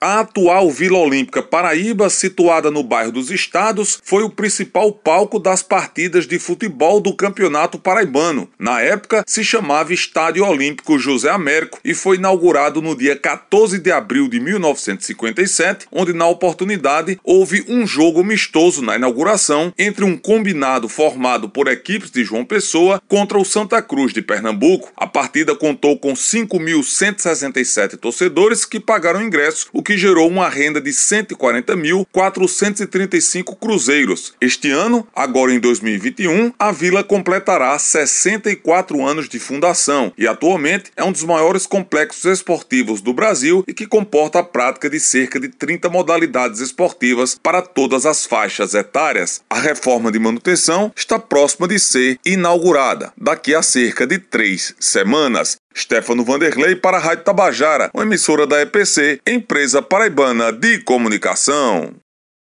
A atual Vila Olímpica Paraíba, situada no bairro dos Estados, foi o principal palco das partidas de futebol do Campeonato Paraibano. Na época, se chamava Estádio Olímpico José Américo e foi inaugurado no dia 14 de abril de 1957, onde na oportunidade houve um jogo amistoso na inauguração entre um combinado formado por equipes de João Pessoa contra o Santa Cruz de Pernambuco. A partida contou com 5.167 torcedores que pagaram ingresso, o que gerou uma renda de 140.435 cruzeiros. Este ano, agora em 2021, a vila completará 64 anos de fundação e atualmente é um dos maiores complexos esportivos do Brasil e que comporta a prática de cerca de 30 modalidades esportivas para todas as faixas etárias. A reforma de manutenção está próxima de ser inaugurada daqui a cerca de 3 semanas. Stefano Vanderlei para a Rádio Tabajara, uma emissora da EPC, Empresa Paraibana de Comunicação.